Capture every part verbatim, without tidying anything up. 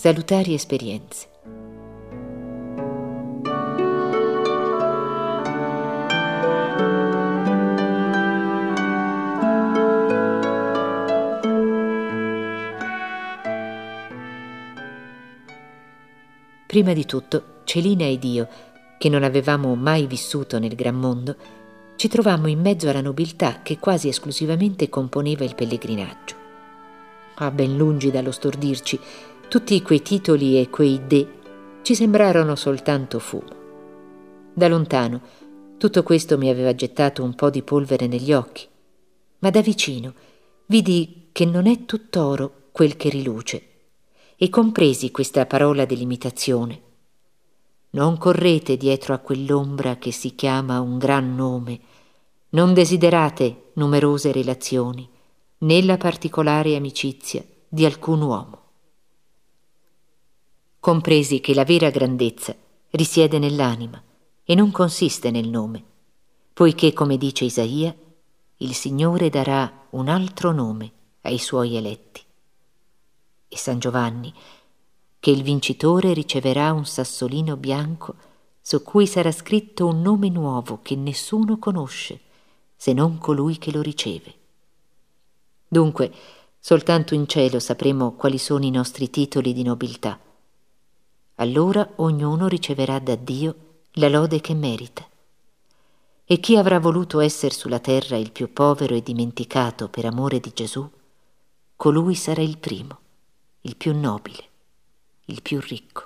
Salutari esperienze. Prima di tutto, Celina ed io, che non avevamo mai vissuto nel gran mondo, ci trovammo in mezzo alla nobiltà che quasi esclusivamente componeva il pellegrinaggio. Ma ben lungi dallo stordirci, tutti quei titoli e quei dè ci sembrarono soltanto fumo. Da lontano tutto questo mi aveva gettato un po' di polvere negli occhi, ma da vicino vidi che non è tutt'oro quel che riluce e compresi questa parola dell'imitazione. Non correte dietro a quell'ombra che si chiama un gran nome, non desiderate numerose relazioni, né la particolare amicizia di alcun uomo. Compresi che la vera grandezza risiede nell'anima e non consiste nel nome, poiché, come dice Isaia, il Signore darà un altro nome ai suoi eletti. E San Giovanni, che il vincitore riceverà un sassolino bianco su cui sarà scritto un nome nuovo che nessuno conosce, se non colui che lo riceve. Dunque, soltanto in cielo sapremo quali sono i nostri titoli di nobiltà. Allora ognuno riceverà da Dio la lode che merita. E chi avrà voluto essere sulla terra il più povero e dimenticato per amore di Gesù, colui sarà il primo, il più nobile, il più ricco.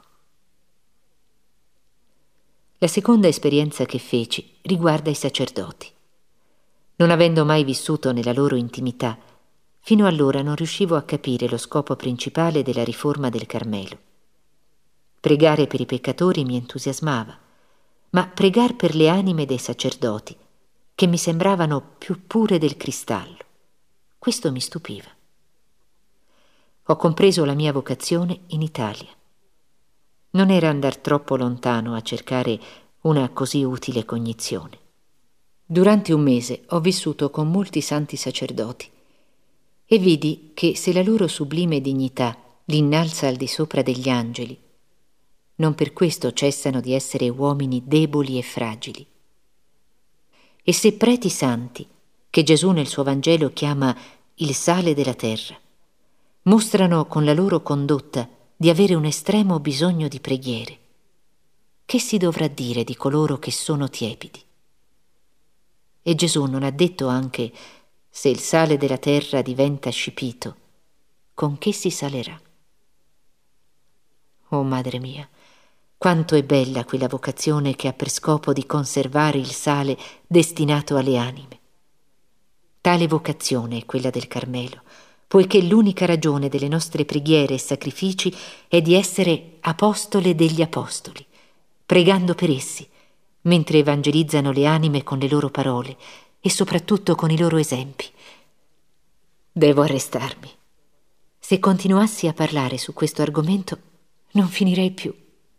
La seconda esperienza che feci riguarda i sacerdoti. Non avendo mai vissuto nella loro intimità, fino allora non riuscivo a capire lo scopo principale della riforma del Carmelo. Pregare per i peccatori mi entusiasmava, ma pregar per le anime dei sacerdoti, che mi sembravano più pure del cristallo, questo mi stupiva. Ho compreso la mia vocazione in Italia. Non era andar troppo lontano a cercare una così utile cognizione. Durante un mese ho vissuto con molti santi sacerdoti e vidi che se la loro sublime dignità li innalza al di sopra degli angeli, non per questo cessano di essere uomini deboli e fragili. E se preti santi, che Gesù nel suo Vangelo chiama il sale della terra, mostrano con la loro condotta di avere un estremo bisogno di preghiere, che si dovrà dire di coloro che sono tiepidi? E Gesù non ha detto anche: se il sale della terra diventa scipito, con che si salerà? Oh madre mia, quanto è bella quella vocazione che ha per scopo di conservare il sale destinato alle anime. Tale vocazione è quella del Carmelo, poiché l'unica ragione delle nostre preghiere e sacrifici è di essere apostole degli apostoli, pregando per essi, mentre evangelizzano le anime con le loro parole e soprattutto con i loro esempi. Devo arrestarmi. Se continuassi a parlare su questo argomento, non finirei più.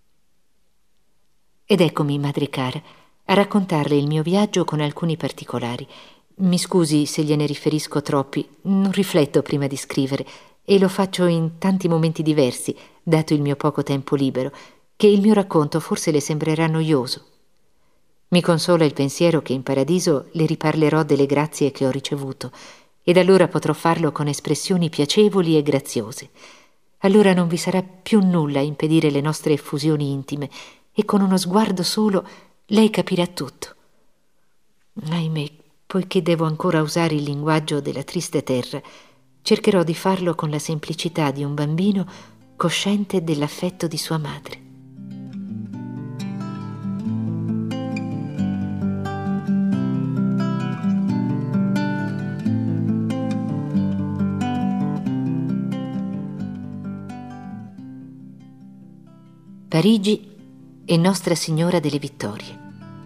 Ed eccomi, madre cara, a raccontarle il mio viaggio con alcuni particolari. Mi scusi se gliene riferisco troppi, non rifletto prima di scrivere e lo faccio in tanti momenti diversi, dato il mio poco tempo libero, che il mio racconto forse le sembrerà noioso. Mi consola il pensiero che in paradiso le riparlerò delle grazie che ho ricevuto, ed allora potrò farlo con espressioni piacevoli e graziose. Allora non vi sarà più nulla a impedire le nostre effusioni intime, e con uno sguardo solo lei capirà tutto. Ahimè, poiché devo ancora usare il linguaggio della triste terra, cercherò di farlo con la semplicità di un bambino cosciente dell'affetto di sua madre. Parigi e Nostra Signora delle Vittorie.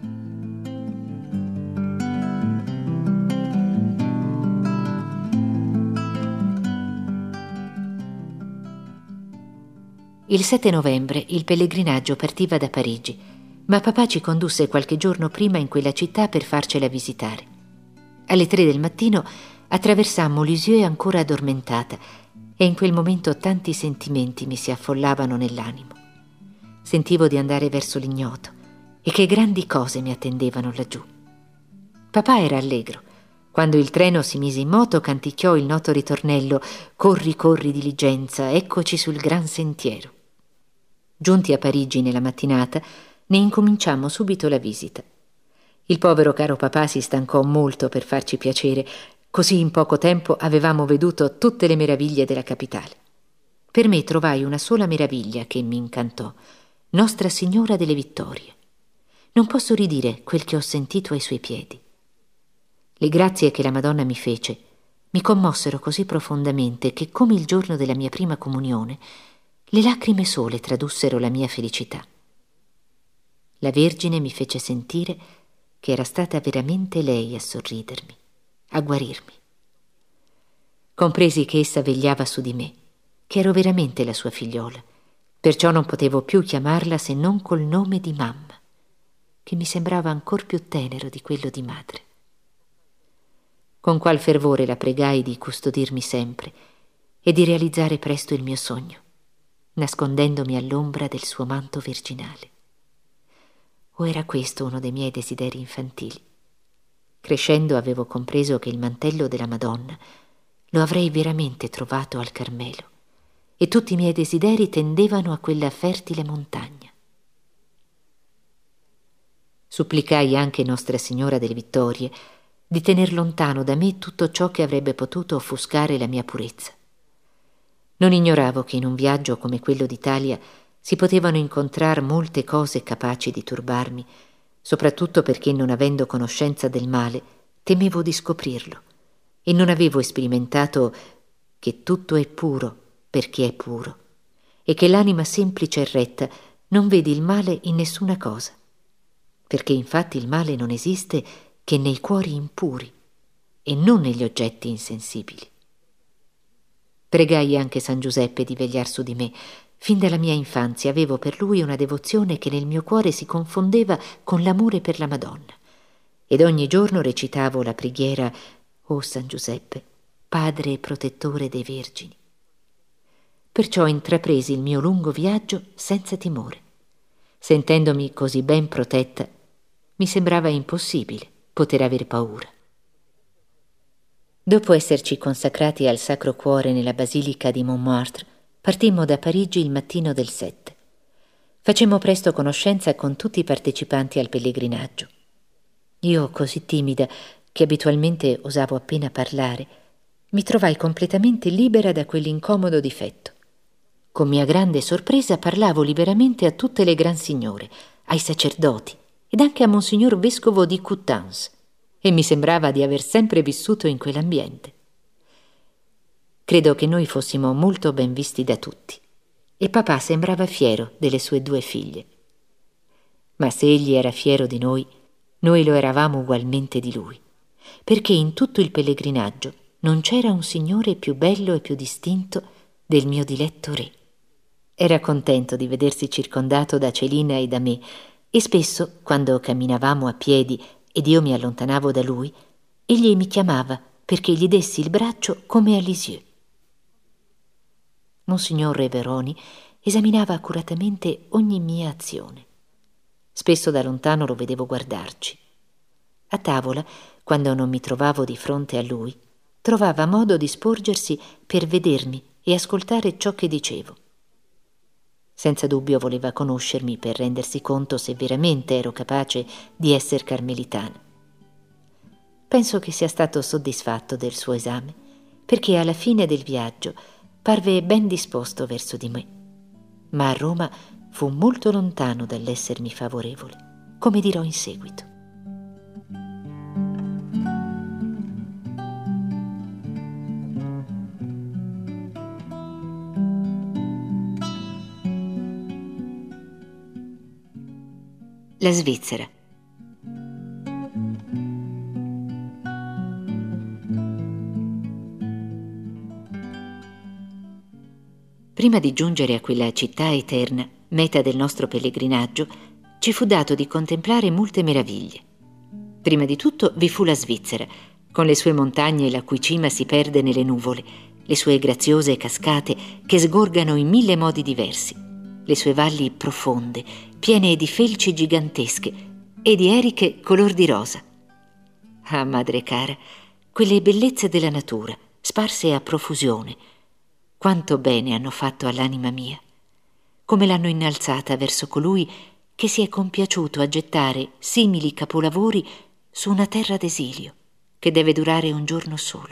Il sette novembre il pellegrinaggio partiva da Parigi, ma papà ci condusse qualche giorno prima in quella città per farcela visitare. Alle tre del mattino attraversammo Lisieux ancora addormentata e in quel momento tanti sentimenti mi si affollavano nell'animo. Sentivo di andare verso l'ignoto e che grandi cose mi attendevano laggiù. Papà era allegro. Quando il treno si mise in moto canticchiò il noto ritornello «Corri, corri, diligenza, eccoci sul gran sentiero». Giunti a Parigi nella mattinata, ne incominciammo subito la visita. Il povero caro papà si stancò molto per farci piacere, così in poco tempo avevamo veduto tutte le meraviglie della capitale. Per me trovai una sola meraviglia che mi incantò, Nostra Signora delle Vittorie. Non posso ridire quel che ho sentito ai suoi piedi. Le grazie che la Madonna mi fece mi commossero così profondamente che, come il giorno della mia prima comunione, le lacrime sole tradussero la mia felicità. La Vergine mi fece sentire che era stata veramente lei a sorridermi, a guarirmi. Compresi che essa vegliava su di me, che ero veramente la sua figliola, perciò non potevo più chiamarla se non col nome di mamma, che mi sembrava ancor più tenero di quello di madre. Con qual fervore la pregai di custodirmi sempre e di realizzare presto il mio sogno, nascondendomi all'ombra del suo manto virginale. O era questo uno dei miei desideri infantili? Crescendo avevo compreso che il mantello della Madonna lo avrei veramente trovato al Carmelo e tutti i miei desideri tendevano a quella fertile montagna. Supplicai anche Nostra Signora delle Vittorie di tener lontano da me tutto ciò che avrebbe potuto offuscare la mia purezza. Non ignoravo che in un viaggio come quello d'Italia si potevano incontrar molte cose capaci di turbarmi, soprattutto perché, non avendo conoscenza del male, temevo di scoprirlo e non avevo sperimentato che tutto è puro perché è puro e che l'anima semplice e retta non vede il male in nessuna cosa, perché infatti il male non esiste che nei cuori impuri e non negli oggetti insensibili. Pregai anche San Giuseppe di vegliar su di me. Fin dalla mia infanzia avevo per lui una devozione che nel mio cuore si confondeva con l'amore per la Madonna, ed ogni giorno recitavo la preghiera «O San Giuseppe, padre e protettore dei vergini». Perciò intrapresi il mio lungo viaggio senza timore. Sentendomi così ben protetta, mi sembrava impossibile poter aver paura. Dopo esserci consacrati al Sacro Cuore nella Basilica di Montmartre, partimmo da Parigi il mattino del sette. Facemmo presto conoscenza con tutti i partecipanti al pellegrinaggio. Io, così timida, che abitualmente osavo appena parlare, mi trovai completamente libera da quell'incomodo difetto. Con mia grande sorpresa parlavo liberamente a tutte le gran signore, ai sacerdoti ed anche a Monsignor Vescovo di Coutances, e mi sembrava di aver sempre vissuto in quell'ambiente. Credo che noi fossimo molto ben visti da tutti, e papà sembrava fiero delle sue due figlie. Ma se egli era fiero di noi, noi lo eravamo ugualmente di lui, perché in tutto il pellegrinaggio non c'era un signore più bello e più distinto del mio diletto re. Era contento di vedersi circondato da Celina e da me, e spesso, quando camminavamo a piedi ed io mi allontanavo da lui, egli mi chiamava perché gli dessi il braccio come a Lisieux. Monsignor Reveroni esaminava accuratamente ogni mia azione. Spesso da lontano lo vedevo guardarci. A tavola, quando non mi trovavo di fronte a lui, trovava modo di sporgersi per vedermi e ascoltare ciò che dicevo. Senza dubbio voleva conoscermi per rendersi conto se veramente ero capace di esser carmelitana. Penso che sia stato soddisfatto del suo esame, perché alla fine del viaggio parve ben disposto verso di me, ma a Roma fu molto lontano dall'essermi favorevole, come dirò in seguito. La Svizzera. Prima di giungere a quella città eterna, meta del nostro pellegrinaggio, ci fu dato di contemplare molte meraviglie. Prima di tutto vi fu la Svizzera, con le sue montagne la cui cima si perde nelle nuvole, le sue graziose cascate che sgorgano in mille modi diversi, le sue valli profonde, piene di felci gigantesche e di eriche color di rosa. Ah, madre cara, quelle bellezze della natura, sparse a profusione, quanto bene hanno fatto all'anima mia, come l'hanno innalzata verso colui che si è compiaciuto a gettare simili capolavori su una terra d'esilio che deve durare un giorno solo.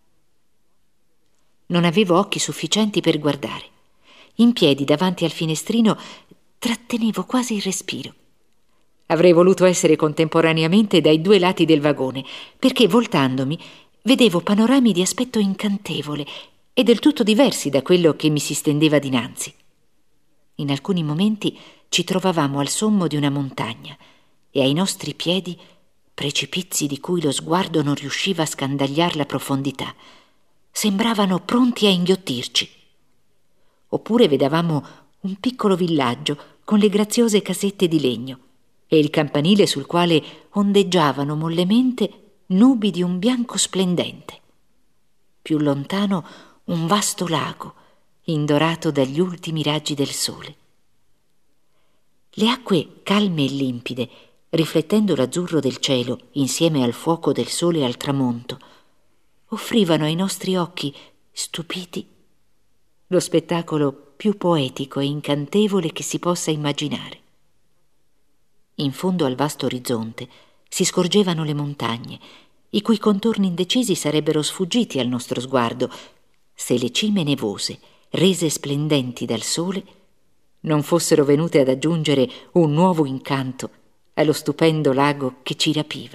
Non avevo occhi sufficienti per guardare. In piedi davanti al finestrino trattenevo quasi il respiro. Avrei voluto essere contemporaneamente dai due lati del vagone, perché voltandomi vedevo panorami di aspetto incantevole e del tutto diversi da quello che mi si stendeva dinanzi. In alcuni momenti ci trovavamo al sommo di una montagna e ai nostri piedi precipizi di cui lo sguardo non riusciva a scandagliar la profondità. Sembravano pronti a inghiottirci. Oppure vedevamo un piccolo villaggio con le graziose casette di legno e il campanile sul quale ondeggiavano mollemente nubi di un bianco splendente. Più lontano un vasto lago, indorato dagli ultimi raggi del sole. Le acque calme e limpide, riflettendo l'azzurro del cielo insieme al fuoco del sole al tramonto, offrivano ai nostri occhi, stupiti, lo spettacolo più poetico e incantevole che si possa immaginare. In fondo al vasto orizzonte si scorgevano le montagne, i cui contorni indecisi sarebbero sfuggiti al nostro sguardo se le cime nevose, rese splendenti dal sole, non fossero venute ad aggiungere un nuovo incanto allo stupendo lago che ci rapiva.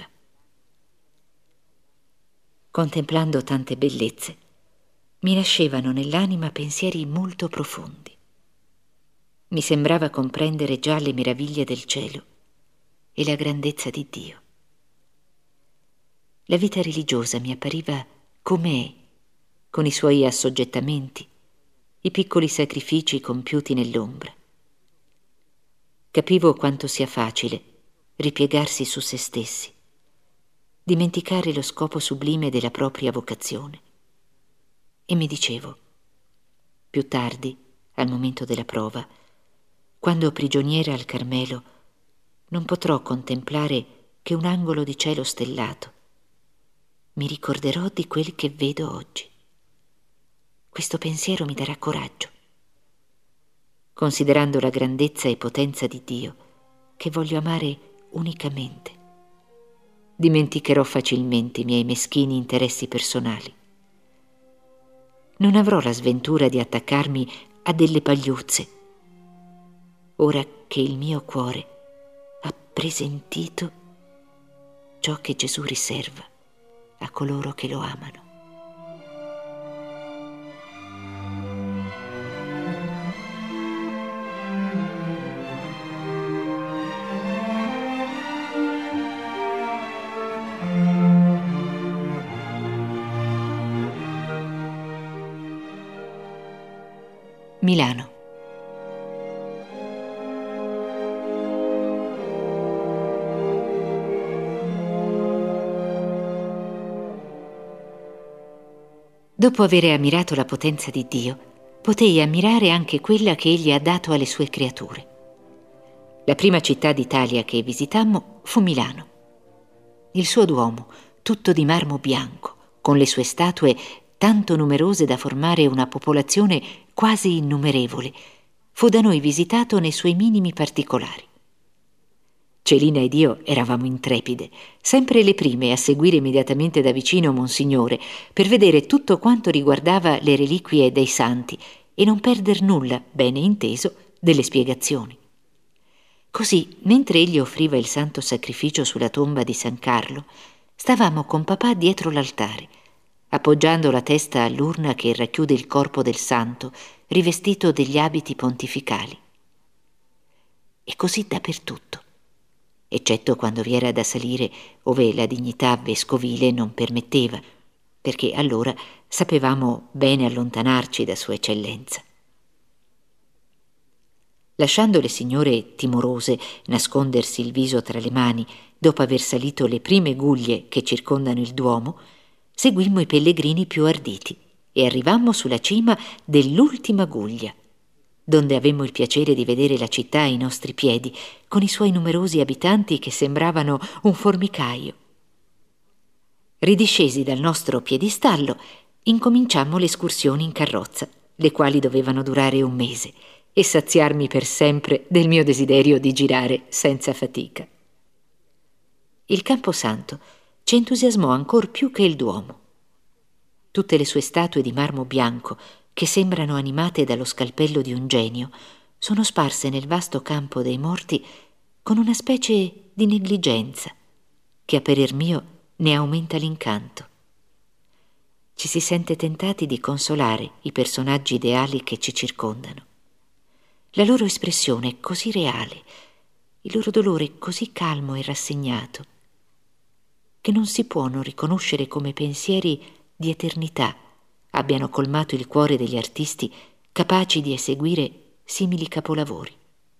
Contemplando tante bellezze, mi nascevano nell'anima pensieri molto profondi. Mi sembrava comprendere già le meraviglie del cielo e la grandezza di Dio. La vita religiosa mi appariva com'è, con i suoi assoggettamenti, i piccoli sacrifici compiuti nell'ombra. Capivo quanto sia facile ripiegarsi su se stessi, dimenticare lo scopo sublime della propria vocazione. E mi dicevo, più tardi, al momento della prova, quando prigioniera al Carmelo, non potrò contemplare che un angolo di cielo stellato. Mi ricorderò di quel che vedo oggi. Questo pensiero mi darà coraggio, considerando la grandezza e potenza di Dio, che voglio amare unicamente. Dimenticherò facilmente i miei meschini interessi personali. Non avrò la sventura di attaccarmi a delle pagliuzze, ora che il mio cuore ha presentito ciò che Gesù riserva a coloro che lo amano. Milano. Dopo aver ammirato la potenza di Dio, potei ammirare anche quella che Egli ha dato alle sue creature. La prima città d'Italia che visitammo fu Milano. Il suo Duomo, tutto di marmo bianco, con le sue statue tanto numerose da formare una popolazione quasi innumerevole, fu da noi visitato nei suoi minimi particolari. Celina ed io eravamo intrepide, sempre le prime a seguire immediatamente da vicino Monsignore per vedere tutto quanto riguardava le reliquie dei santi e non perder nulla, bene inteso, delle spiegazioni. Così, mentre egli offriva il santo sacrificio sulla tomba di San Carlo, stavamo con papà dietro l'altare, appoggiando la testa all'urna che racchiude il corpo del santo, rivestito degli abiti pontificali. E così dappertutto, eccetto quando vi era da salire ove la dignità vescovile non permetteva, perché allora sapevamo bene allontanarci da Sua Eccellenza. Lasciando le signore timorose nascondersi il viso tra le mani dopo aver salito le prime guglie che circondano il Duomo, seguimmo i pellegrini più arditi e arrivammo sulla cima dell'ultima guglia, donde avemmo il piacere di vedere la città ai nostri piedi, con i suoi numerosi abitanti che sembravano un formicaio. Ridiscesi dal nostro piedistallo, incominciammo le escursioni in carrozza, le quali dovevano durare un mese e saziarmi per sempre del mio desiderio di girare senza fatica. Il Camposanto ci entusiasmò ancor più che il Duomo. Tutte le sue statue di marmo bianco, che sembrano animate dallo scalpello di un genio, sono sparse nel vasto campo dei morti con una specie di negligenza che, a parer mio, ne aumenta l'incanto. Ci si sente tentati di consolare i personaggi ideali che ci circondano. La loro espressione è così reale, il loro dolore così calmo e rassegnato, che non si può non riconoscere come pensieri di eternità abbiano colmato il cuore degli artisti capaci di eseguire simili capolavori.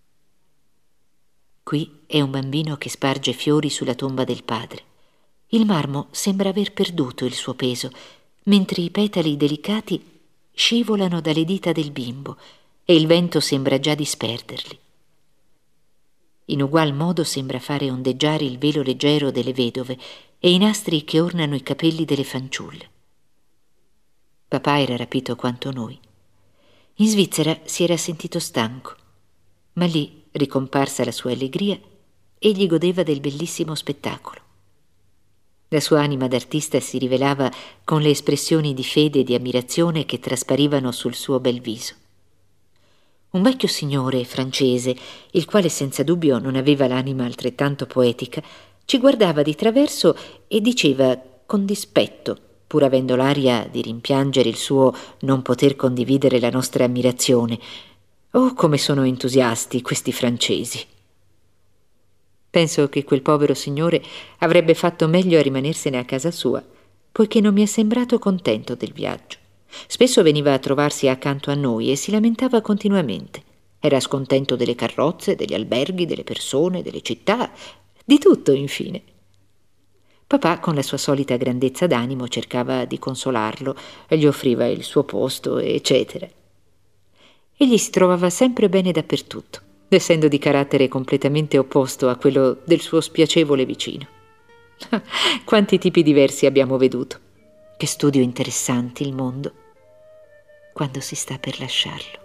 Qui è un bambino che sparge fiori sulla tomba del padre. Il marmo sembra aver perduto il suo peso, mentre i petali delicati scivolano dalle dita del bimbo e il vento sembra già disperderli. In ugual modo sembra fare ondeggiare il velo leggero delle vedove e i nastri che ornano i capelli delle fanciulle. Papà era rapito quanto noi. In Svizzera si era sentito stanco, ma lì, ricomparsa la sua allegria, egli godeva del bellissimo spettacolo. La sua anima d'artista si rivelava con le espressioni di fede e di ammirazione che trasparivano sul suo bel viso. Un vecchio signore francese, il quale senza dubbio non aveva l'anima altrettanto poetica, ci guardava di traverso e diceva con dispetto, pur avendo l'aria di rimpiangere il suo non poter condividere la nostra ammirazione: «Oh, come sono entusiasti questi francesi!» Penso che quel povero signore avrebbe fatto meglio a rimanersene a casa sua, poiché non mi è sembrato contento del viaggio. Spesso veniva a trovarsi accanto a noi e si lamentava continuamente. Era scontento delle carrozze, degli alberghi, delle persone, delle città, di tutto, infine. Papà, con la sua solita grandezza d'animo, cercava di consolarlo, gli offriva il suo posto, eccetera. Egli si trovava sempre bene dappertutto, essendo di carattere completamente opposto a quello del suo spiacevole vicino. Quanti tipi diversi abbiamo veduto! Che studio interessante il mondo, quando si sta per lasciarlo.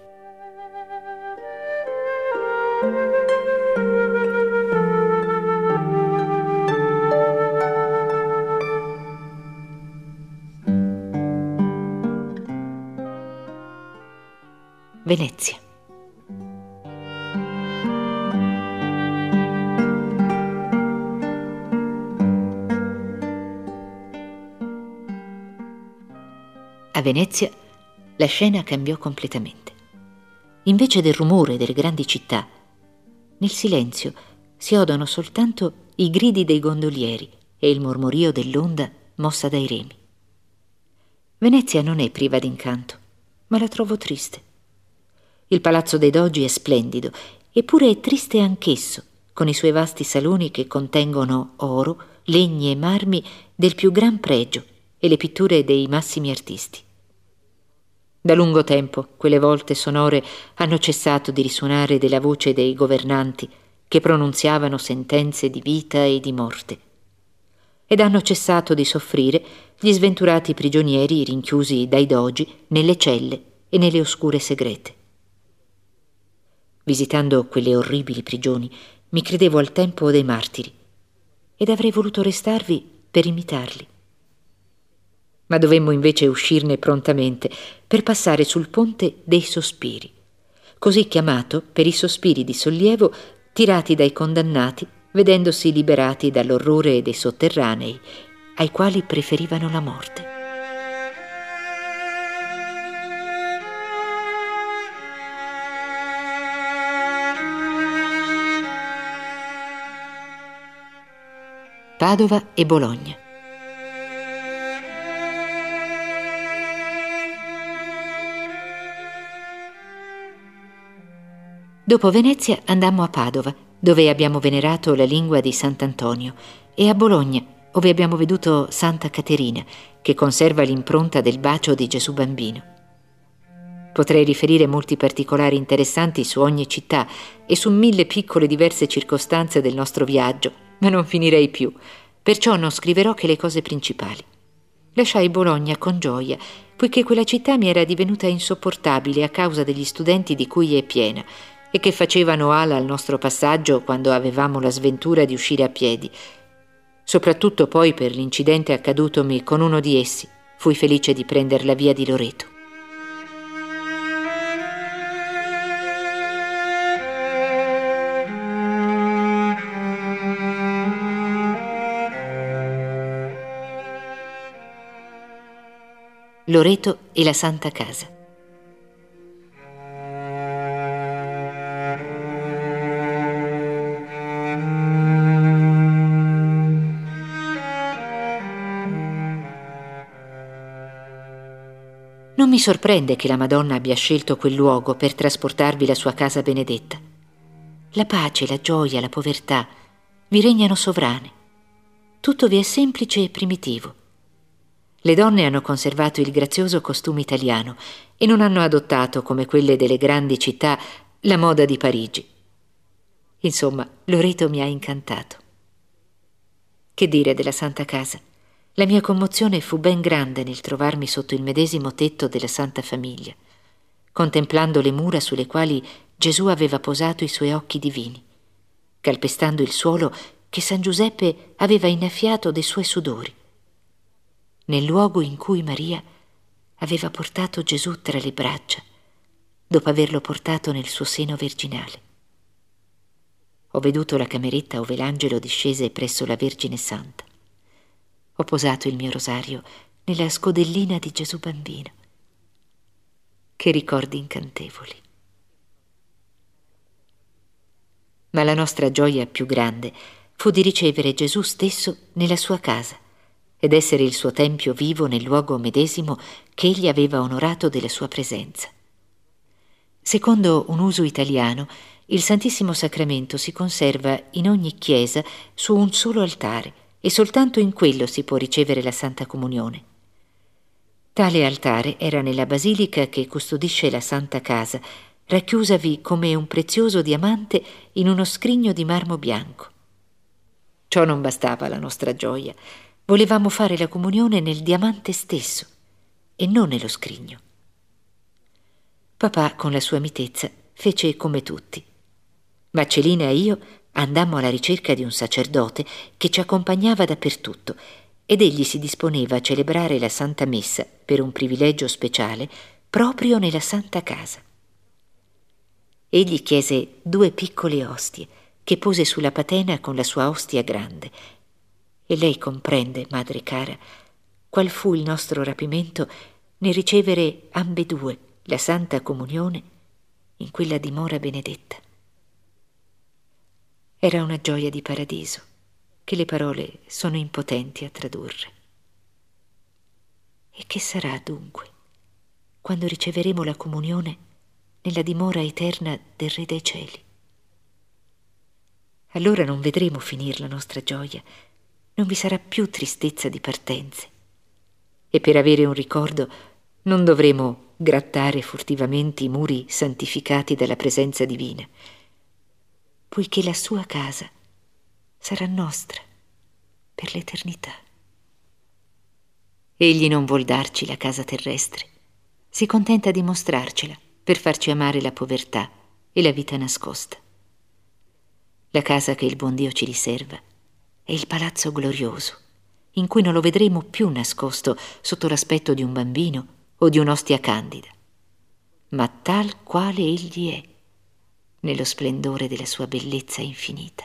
Venezia. A Venezia la scena cambiò completamente. Invece del rumore delle grandi città, nel silenzio si odono soltanto i gridi dei gondolieri e il mormorio dell'onda mossa dai remi. Venezia non è priva d'incanto, ma la trovo triste. Il Palazzo dei Dogi è splendido, eppure è triste anch'esso, con i suoi vasti saloni che contengono oro, legni e marmi del più gran pregio e le pitture dei massimi artisti. Da lungo tempo quelle volte sonore hanno cessato di risuonare della voce dei governanti che pronunziavano sentenze di vita e di morte, ed hanno cessato di soffrire gli sventurati prigionieri rinchiusi dai dogi nelle celle e nelle oscure segrete. Visitando quelle orribili prigioni mi credevo al tempo dei martiri ed avrei voluto restarvi per imitarli. Ma dovemmo invece uscirne prontamente per passare sul ponte dei sospiri, così chiamato per i sospiri di sollievo tirati dai condannati vedendosi liberati dall'orrore dei sotterranei, ai quali preferivano la morte. Padova e Bologna. Dopo Venezia andammo a Padova, dove abbiamo venerato la lingua di Sant'Antonio, e a Bologna, dove abbiamo veduto Santa Caterina, che conserva l'impronta del bacio di Gesù bambino. Potrei riferire molti particolari interessanti su ogni città e su mille piccole diverse circostanze del nostro viaggio, ma non finirei più, perciò non scriverò che le cose principali. Lasciai Bologna con gioia, poiché quella città mi era divenuta insopportabile a causa degli studenti di cui è piena e che facevano ala al nostro passaggio quando avevamo la sventura di uscire a piedi. Soprattutto poi per l'incidente accadutomi con uno di essi, fui felice di prender la via di Loreto. Loreto e la Santa Casa. Non mi sorprende che la Madonna abbia scelto quel luogo per trasportarvi la sua casa benedetta. La pace, la gioia, la povertà vi regnano sovrane. Tutto vi è semplice e primitivo. Le donne hanno conservato il grazioso costume italiano e non hanno adottato, come quelle delle grandi città, la moda di Parigi. Insomma, Loreto mi ha incantato. Che dire della Santa Casa? La mia commozione fu ben grande nel trovarmi sotto il medesimo tetto della Santa Famiglia, contemplando le mura sulle quali Gesù aveva posato i suoi occhi divini, calpestando il suolo che San Giuseppe aveva innaffiato dei suoi sudori, nel luogo in cui Maria aveva portato Gesù tra le braccia, dopo averlo portato nel suo seno virginale. Ho veduto la cameretta ove l'angelo discese presso la Vergine Santa. Ho posato il mio rosario nella scodellina di Gesù bambino. Che ricordi incantevoli. Ma la nostra gioia più grande fu di ricevere Gesù stesso nella sua casa ed essere il suo tempio vivo nel luogo medesimo che egli aveva onorato della sua presenza. Secondo un uso italiano, il Santissimo Sacramento si conserva in ogni chiesa su un solo altare e soltanto in quello si può ricevere la Santa Comunione. Tale altare era nella basilica che custodisce la Santa Casa, racchiusavi come un prezioso diamante in uno scrigno di marmo bianco. Ciò non bastava alla nostra gioia. Volevamo fare la comunione nel diamante stesso e non nello scrigno. Papà, con la sua mitezza, fece come tutti. Marcellina e io andammo alla ricerca di un sacerdote che ci accompagnava dappertutto ed egli si disponeva a celebrare la Santa Messa per un privilegio speciale proprio nella Santa Casa. Egli chiese due piccole ostie che pose sulla patena con la sua ostia grande. E lei comprende, madre cara, qual fu il nostro rapimento nel ricevere ambedue la Santa Comunione in quella dimora benedetta. Era una gioia di paradiso che le parole sono impotenti a tradurre. E che sarà dunque quando riceveremo la comunione nella dimora eterna del Re dei Cieli? Allora non vedremo finir la nostra gioia, non vi sarà più tristezza di partenze e per avere un ricordo non dovremo grattare furtivamente i muri santificati dalla presenza divina, poiché la sua casa sarà nostra per l'eternità. Egli non vuol darci la casa terrestre, si contenta di mostrarcela per farci amare la povertà e la vita nascosta. La casa che il buon Dio ci riserva è il palazzo glorioso, in cui non lo vedremo più nascosto sotto l'aspetto di un bambino o di un'ostia candida, ma tal quale egli è, nello splendore della sua bellezza infinita.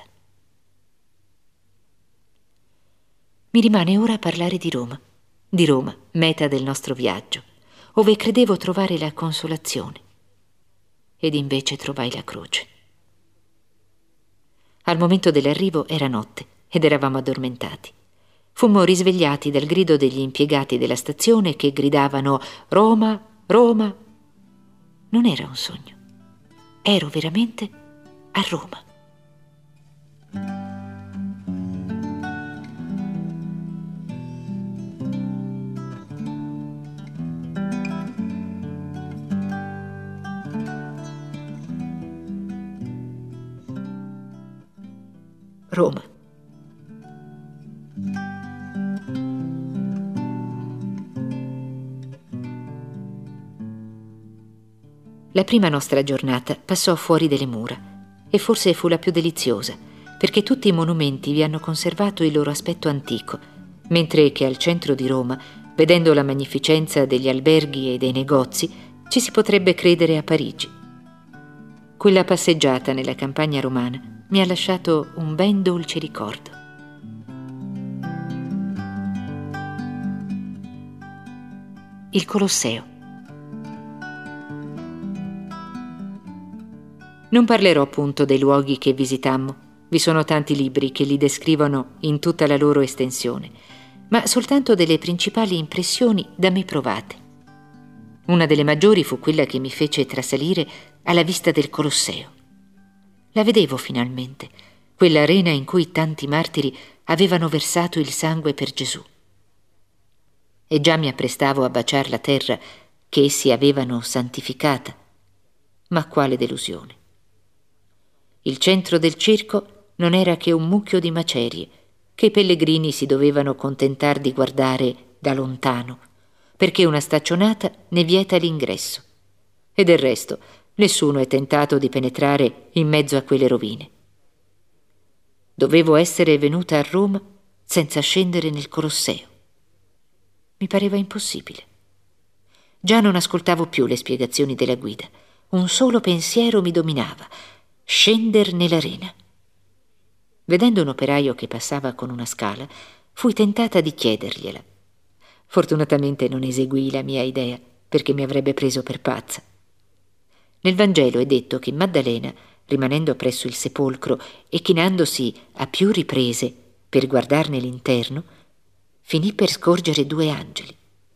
Mi rimane ora parlare di Roma, di Roma, meta del nostro viaggio, ove credevo trovare la consolazione, ed invece trovai la croce. Al momento dell'arrivo era notte ed eravamo addormentati. Fummo risvegliati dal grido degli impiegati della stazione che gridavano «Roma, Roma!». Non era un sogno. Ero veramente a Roma. Roma. La prima nostra giornata passò fuori delle mura e forse fu la più deliziosa, perché tutti i monumenti vi hanno conservato il loro aspetto antico, mentre che al centro di Roma, vedendo la magnificenza degli alberghi e dei negozi, ci si potrebbe credere a Parigi. Quella passeggiata nella campagna romana mi ha lasciato un ben dolce ricordo. Il Colosseo. Non parlerò appunto dei luoghi che visitammo, vi sono tanti libri che li descrivono in tutta la loro estensione, ma soltanto delle principali impressioni da me provate. Una delle maggiori fu quella che mi fece trasalire alla vista del Colosseo. La vedevo finalmente, quell'arena in cui tanti martiri avevano versato il sangue per Gesù. E già mi apprestavo a baciar la terra che essi avevano santificata, ma quale delusione! Il centro del circo non era che un mucchio di macerie che i pellegrini si dovevano contentar di guardare da lontano, perché una staccionata ne vieta l'ingresso. E del resto nessuno è tentato di penetrare in mezzo a quelle rovine. Dovevo essere venuta a Roma senza scendere nel Colosseo. Mi pareva impossibile. Già non ascoltavo più le spiegazioni della guida. Un solo pensiero mi dominava: scender nell'arena. Vedendo un operaio che passava con una scala, fui tentata di chiedergliela. Fortunatamente non eseguii la mia idea, perché mi avrebbe preso per pazza. Nel Vangelo è detto che Maddalena, rimanendo presso il sepolcro e chinandosi a più riprese per guardarne l'interno, finì per scorgere due angeli.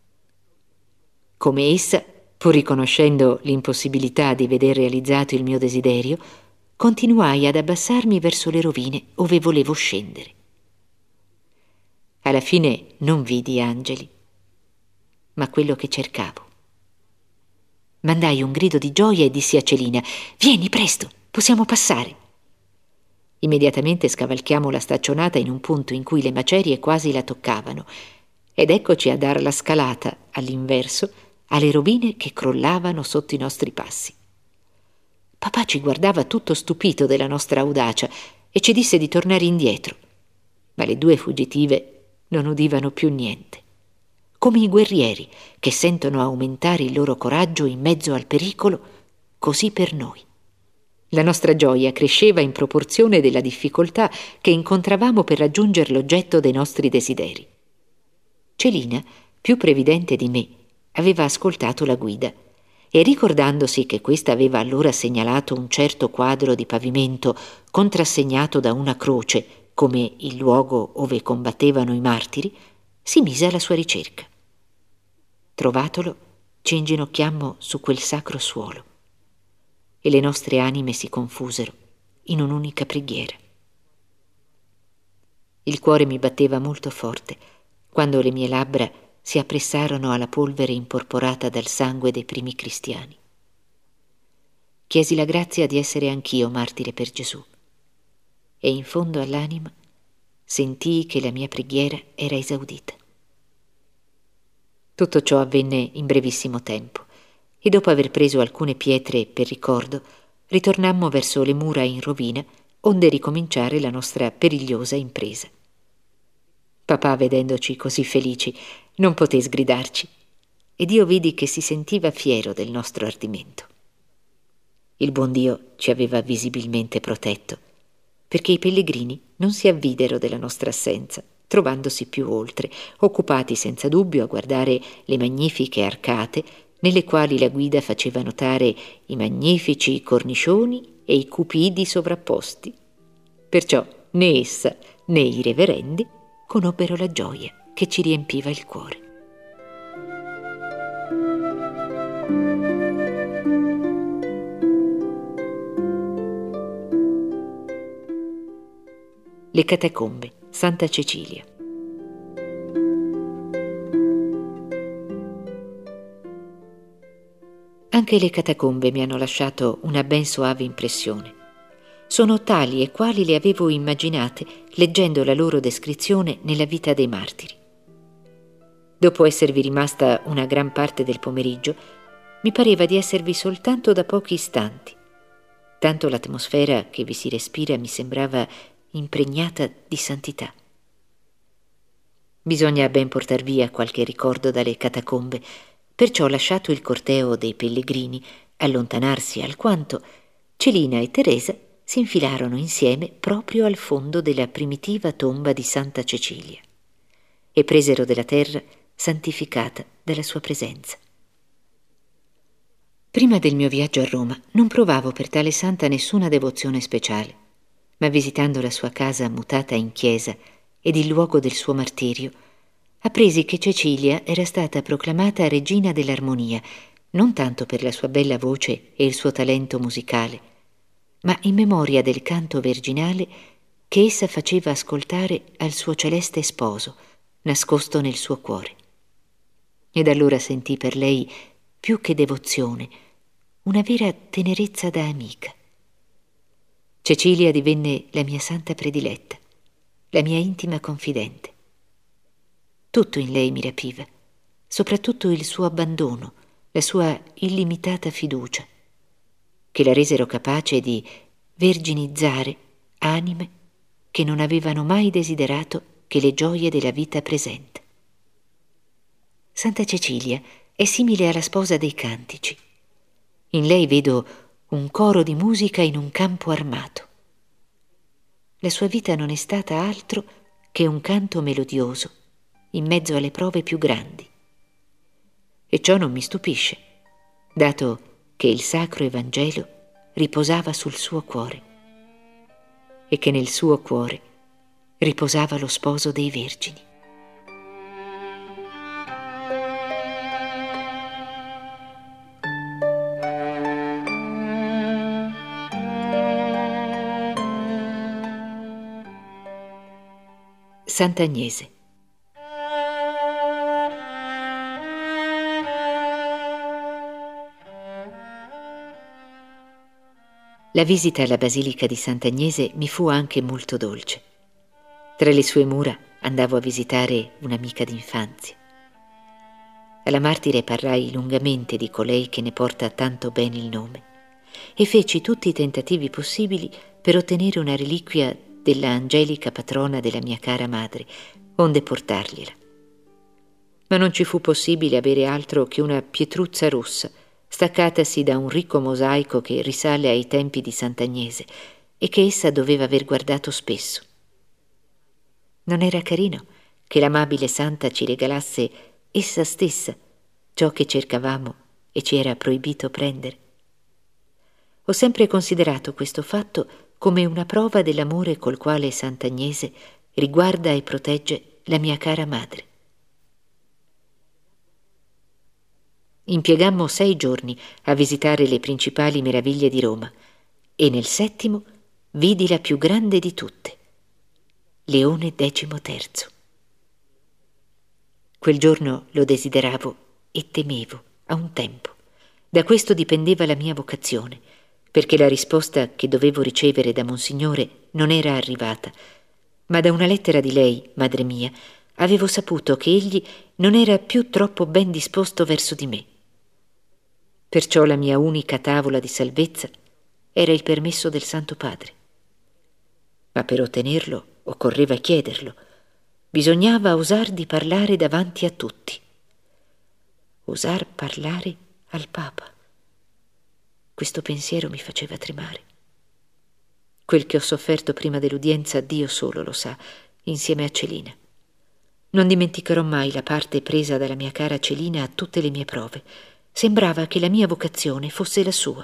Come essa, pur riconoscendo l'impossibilità di veder realizzato il mio desiderio, continuai ad abbassarmi verso le rovine ove volevo scendere. Alla fine non vidi angeli, ma quello che cercavo. Mandai un grido di gioia e dissi a Celina: «Vieni presto, possiamo passare!» Immediatamente scavalchiamo la staccionata in un punto in cui le macerie quasi la toccavano, ed eccoci a dar la scalata all'inverso alle rovine che crollavano sotto i nostri passi. Papà ci guardava tutto stupito della nostra audacia e ci disse di tornare indietro, ma le due fuggitive non udivano più niente. Come i guerrieri che sentono aumentare il loro coraggio in mezzo al pericolo, così per noi. La nostra gioia cresceva in proporzione della difficoltà che incontravamo per raggiungere l'oggetto dei nostri desideri. Celina, più previdente di me, aveva ascoltato la guida e, ricordandosi che questa aveva allora segnalato un certo quadro di pavimento contrassegnato da una croce come il luogo ove combattevano i martiri, si mise alla sua ricerca. Trovatolo, ci inginocchiammo su quel sacro suolo e le nostre anime si confusero in un'unica preghiera. Il cuore mi batteva molto forte quando le mie labbra si appressarono alla polvere imporporata dal sangue dei primi cristiani. Chiesi la grazia di essere anch'io martire per Gesù e in fondo all'anima sentii che la mia preghiera era esaudita. Tutto ciò avvenne in brevissimo tempo e dopo aver preso alcune pietre per ricordo ritornammo verso le mura in rovina onde ricominciare la nostra perigliosa impresa. Papà, vedendoci così felici, non poté sgridarci ed io vidi che si sentiva fiero del nostro ardimento. Il buon Dio ci aveva visibilmente protetto, perché i pellegrini non si avvidero della nostra assenza, trovandosi più oltre, occupati senza dubbio a guardare le magnifiche arcate nelle quali la guida faceva notare i magnifici cornicioni e i cupidi sovrapposti. Perciò né essa né i reverendi conobbero la gioia che ci riempiva il cuore. Le catacombe, Santa Cecilia. Anche le catacombe mi hanno lasciato una ben soave impressione. sono tali e quali le avevo immaginate leggendo la loro descrizione nella vita dei martiri. Dopo esservi rimasta una gran parte del pomeriggio, mi pareva di esservi soltanto da pochi istanti, tanto l'atmosfera che vi si respira mi sembrava impregnata di santità. Bisogna ben portar via qualche ricordo dalle catacombe, perciò lasciato il corteo dei pellegrini allontanarsi alquanto, Celina e Teresa si infilarono insieme proprio al fondo della primitiva tomba di Santa Cecilia e presero della terra santificata dalla sua presenza. Prima del mio viaggio a Roma non provavo per tale santa nessuna devozione speciale, ma visitando la sua casa mutata in chiesa ed il luogo del suo martirio, appresi che Cecilia era stata proclamata regina dell'armonia, non tanto per la sua bella voce e il suo talento musicale, ma in memoria del canto virginale che essa faceva ascoltare al suo celeste sposo, nascosto nel suo cuore. Ed allora sentii per lei, più che devozione, una vera tenerezza da amica. Cecilia divenne la mia santa prediletta, la mia intima confidente. Tutto in lei mi rapiva, soprattutto il suo abbandono, la sua illimitata fiducia, che la resero capace di verginizzare anime che non avevano mai desiderato che le gioie della vita presente. Santa Cecilia è simile alla sposa dei cantici. In lei vedo un coro di musica in un campo armato. La sua vita non è stata altro che un canto melodioso in mezzo alle prove più grandi. E ciò non mi stupisce, dato che il Sacro Evangelo riposava sul suo cuore e che nel suo cuore riposava lo sposo dei vergini. Sant'Agnese. La visita alla Basilica di Sant'Agnese mi fu anche molto dolce. Tra le sue mura andavo a visitare un'amica d'infanzia. Alla martire parrai lungamente di colei che ne porta tanto bene il nome e feci tutti i tentativi possibili per ottenere una reliquia della angelica patrona della mia cara madre, onde portargliela. Ma non ci fu possibile avere altro che una pietruzza rossa, staccatasi da un ricco mosaico che risale ai tempi di Sant'Agnese e che essa doveva aver guardato spesso. Non era carino che l'amabile santa ci regalasse essa stessa ciò che cercavamo e ci era proibito prendere? Ho sempre considerato questo fatto come una prova dell'amore col quale Sant'Agnese riguarda e protegge la mia cara madre. Impiegammo sei giorni a visitare le principali meraviglie di Roma e nel settimo vidi la più grande di tutte, Leone decimo terzo. Quel giorno lo desideravo e temevo a un tempo. Da questo dipendeva la mia vocazione, perché la risposta che dovevo ricevere da Monsignore non era arrivata, ma da una lettera di lei, madre mia, avevo saputo che egli non era più troppo ben disposto verso di me. Perciò la mia unica tavola di salvezza era il permesso del Santo Padre. Ma per ottenerlo occorreva chiederlo. Bisognava osar di parlare davanti a tutti. Osar parlare al Papa. Questo pensiero mi faceva tremare. Quel che ho sofferto prima dell'udienza Dio solo lo sa, insieme a Celina. Non dimenticherò mai la parte presa dalla mia cara Celina a tutte le mie prove. Sembrava che la mia vocazione fosse la sua.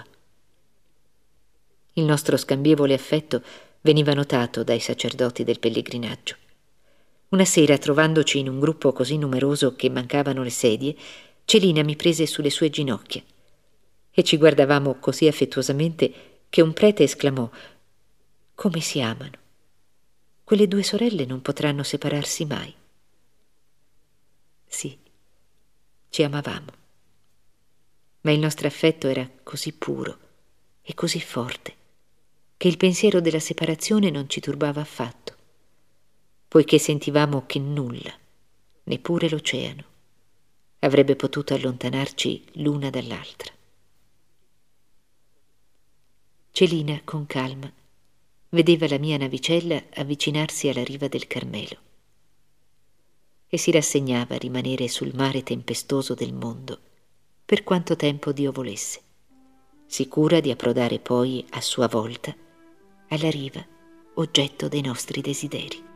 Il nostro scambievole affetto veniva notato dai sacerdoti del pellegrinaggio. Una sera, trovandoci in un gruppo così numeroso che mancavano le sedie, Celina mi prese sulle sue ginocchia e ci guardavamo così affettuosamente che un prete esclamò: «Come si amano! Quelle due sorelle non potranno separarsi mai». Sì, ci amavamo, ma il nostro affetto era così puro e così forte che il pensiero della separazione non ci turbava affatto, poiché sentivamo che nulla, neppure l'oceano, avrebbe potuto allontanarci l'una dall'altra. Celina, con calma, vedeva la mia navicella avvicinarsi alla riva del Carmelo e si rassegnava a rimanere sul mare tempestoso del mondo per quanto tempo Dio volesse, sicura di approdare poi a sua volta alla riva oggetto dei nostri desideri.